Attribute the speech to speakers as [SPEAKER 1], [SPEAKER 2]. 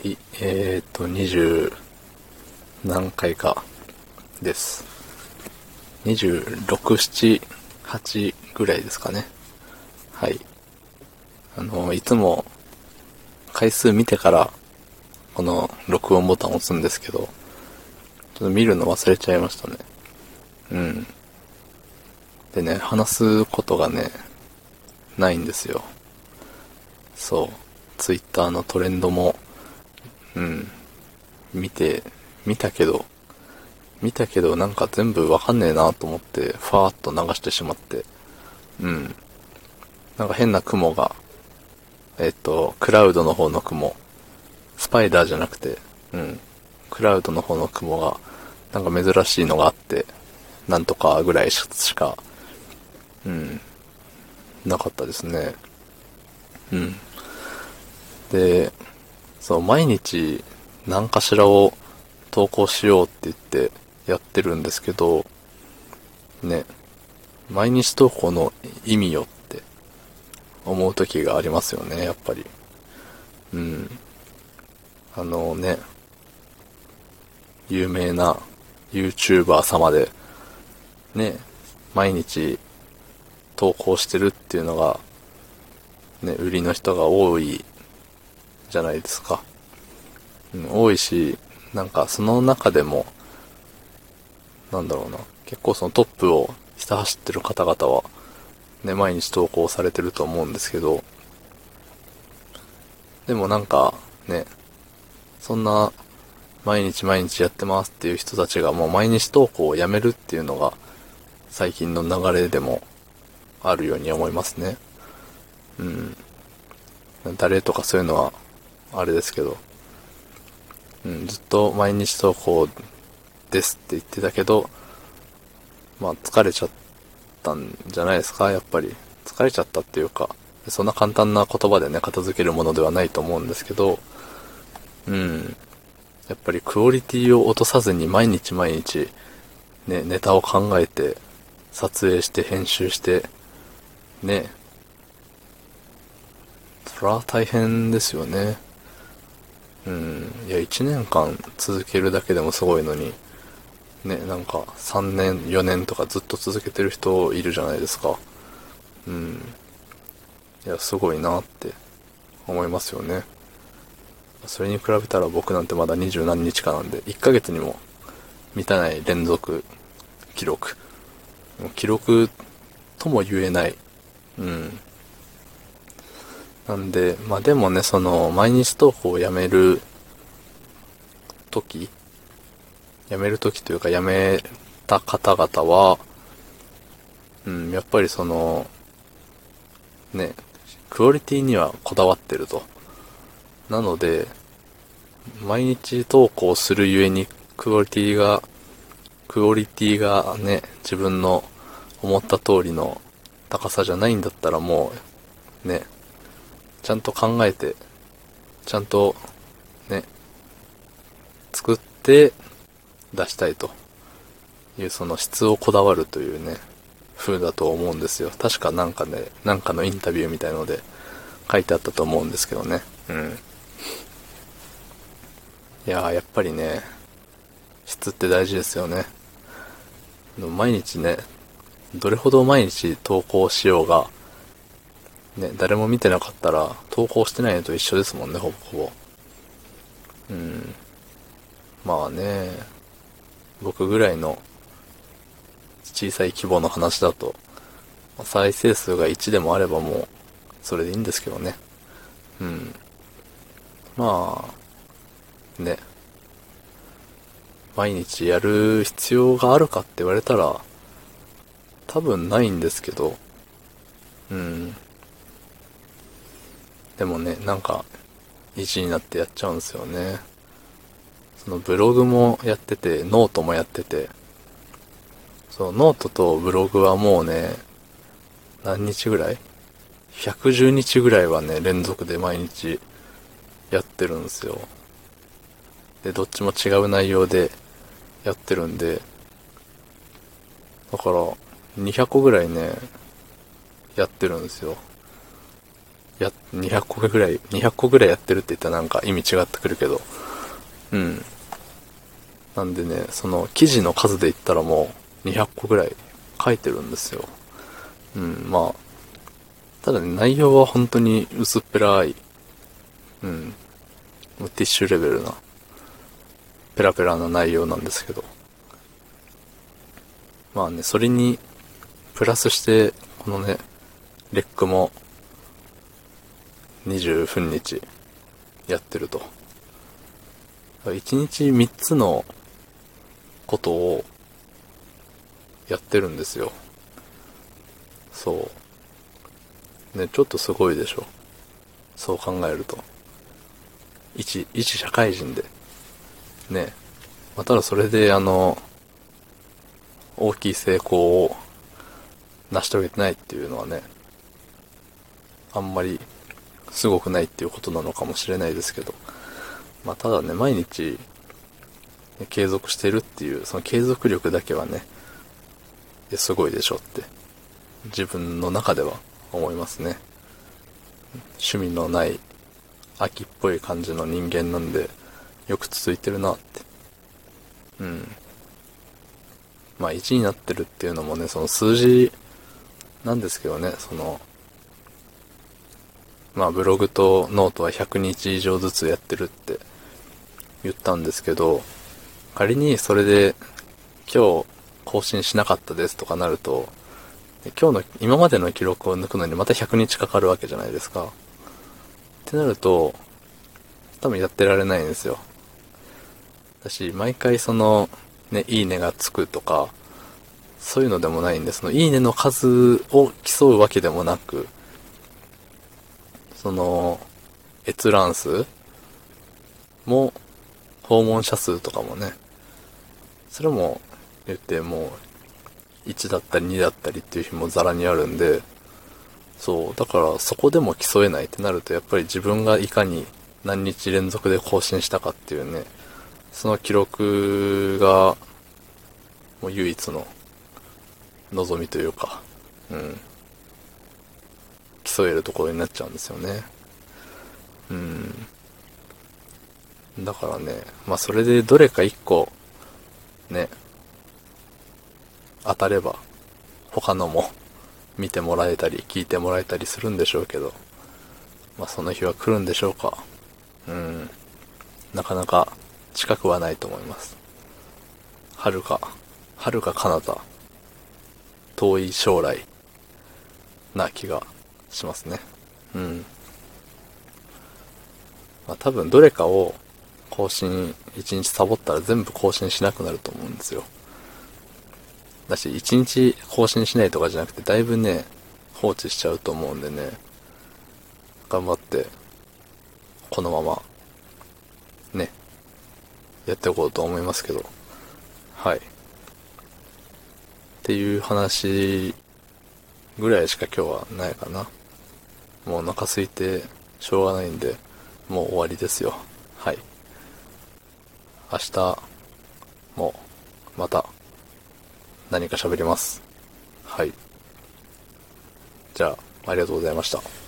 [SPEAKER 1] 20何回かです。26、7、8ぐらいですかね。はい。いつも回数見てからこの録音ボタンを押すんですけど、ちょっと見るの忘れちゃいましたね。うん。でね、話すことがね、ないんですよ。そう。ツイッターのトレンドも、見たけどなんか全部わかんねえなと思って、ファーっと流してしまって、なんか変な雲が、クラウドの方の雲、スパイダーじゃなくて、クラウドの方の雲が、なんか珍しいのがあって、なんとかぐらいしか、なかったですね。で、そう、毎日何かしらを投稿しようって言ってやってるんですけど、ね、毎日投稿の意味よって思う時がありますよね、やっぱり。ね、有名な YouTuber 様で、ね、毎日投稿してるっていうのが、ね、売りの人が多いじゃないですか。多いし、なんかその中でも、なんだろうな、結構そのトップをひた走ってる方々は、ね、毎日投稿されてると思うんですけど、でもなんか、ね、そんな、毎日毎日やってますっていう人たちがもう毎日投稿をやめるっていうのが、最近の流れでもあるように思いますね。誰とかそういうのは、あれですけど、ずっと毎日投稿ですって言ってたけど、まあ疲れちゃったんじゃないですか、やっぱり。疲れちゃったっていうか、そんな簡単な言葉でね、片付けるものではないと思うんですけど、やっぱりクオリティを落とさずに毎日毎日、ね、ネタを考えて、撮影して編集して、ね、それは大変ですよね。いや、1年間続けるだけでもすごいのに、ね、なんか3年、4年とかずっと続けてる人いるじゃないですか。いや、すごいなって思いますよね。それに比べたら僕なんてまだ20何日かなんで、1ヶ月にも満たない連続記録。記録とも言えない。なんで、まあでもね、その、毎日投稿を時、やめる時というかやめた方々は、やっぱりその、ね、クオリティにはこだわってると。なので、毎日投稿するゆえにクオリティがね、自分の思った通りの高さじゃないんだったらもう、ね、ちゃんと考えて、ちゃんとね、作って出したいというその質をこだわるというね、風だと思うんですよ。確かなんかね、なんかのインタビューみたいので書いてあったと思うんですけどね。いやー、やっぱりね、質って大事ですよね。毎日ね、どれほど毎日投稿しようが、ね、誰も見てなかったら投稿してないのと一緒ですもんね、ほぼほぼ。まあね、僕ぐらいの小さい規模の話だと、再生数が1でもあればもう、それでいいんですけどね。まあ、ね、毎日やる必要があるかって言われたら、多分ないんですけど、でもね、なんか、意地になってやっちゃうんですよね。そのブログもやってて、ノートもやってて、そう、ノートとブログはもうね、何日ぐらい ?110 日ぐらいはね、連続で毎日やってるんですよ。で、どっちも違う内容でやってるんで、だから、200個ぐらいね、やってるんですよ。 200個ぐらい、200個ぐらいやってるって言ったらなんか意味違ってくるけど、うん。なんでね、その記事の数で言ったらもう200個ぐらい書いてるんですよ。うん、まあ、ただね、内容は本当に薄っぺらい、うん、ティッシュレベルな、ペラペラな内容なんですけど、まあね、それに、プラスして、このね、レックも20分日やってると。1日3つのことをやってるんですよ。そう。ね、ちょっとすごいでしょ。そう考えると。一社会人で。ね。まあ、ただそれで大きい成功を成し遂げてないっていうのはね、あんまりすごくないっていうことなのかもしれないですけど。まあ、ただね、毎日、継続してるっていう、その継続力だけはね、すごいでしょって、自分の中では思いますね。趣味のない、秋っぽい感じの人間なんで、よく続いてるなって。うん。まあ1になってるっていうのもね、その数字なんですけどね、まあブログとノートは100日以上ずつやってるって言ったんですけど、仮にそれで今日更新しなかったですとかなると、今日の今までの記録を抜くのにまた100日かかるわけじゃないですか。ってなると、多分やってられないんですよ。私、毎回いいねがつくとか、そういうのでもないんで、いいねの数を競うわけでもなく、閲覧数も、訪問者数とかもね、それも言ってもう、1だったり2だったりっていう日もザラにあるんで、そう、だからそこでも競えないってなると、やっぱり自分がいかに何日連続で更新したかっていうね、その記録が、もう唯一の望みというか、うん、競えるところになっちゃうんですよね。うん。だからね、まあそれでどれか一個、ね、当たれば、他のも見てもらえたり、聞いてもらえたりするんでしょうけど、まあその日は来るんでしょうか。うん。なかなか近くはないと思います。はるか彼方、遠い将来な気がしますね。うん。まあ多分どれかを更新1日サボったら全部更新しなくなると思うんですよ。だし1日更新しないとかじゃなくてだいぶね、放置しちゃうと思うんでね、頑張ってこのままね、やっていこうと思いますけど。はい。っていう話ぐらいしか今日はないかな。もうお腹空いてしょうがないんで、もう終わりですよ。はい。明日もまた何か喋ります。はい。じゃあ、ありがとうございました。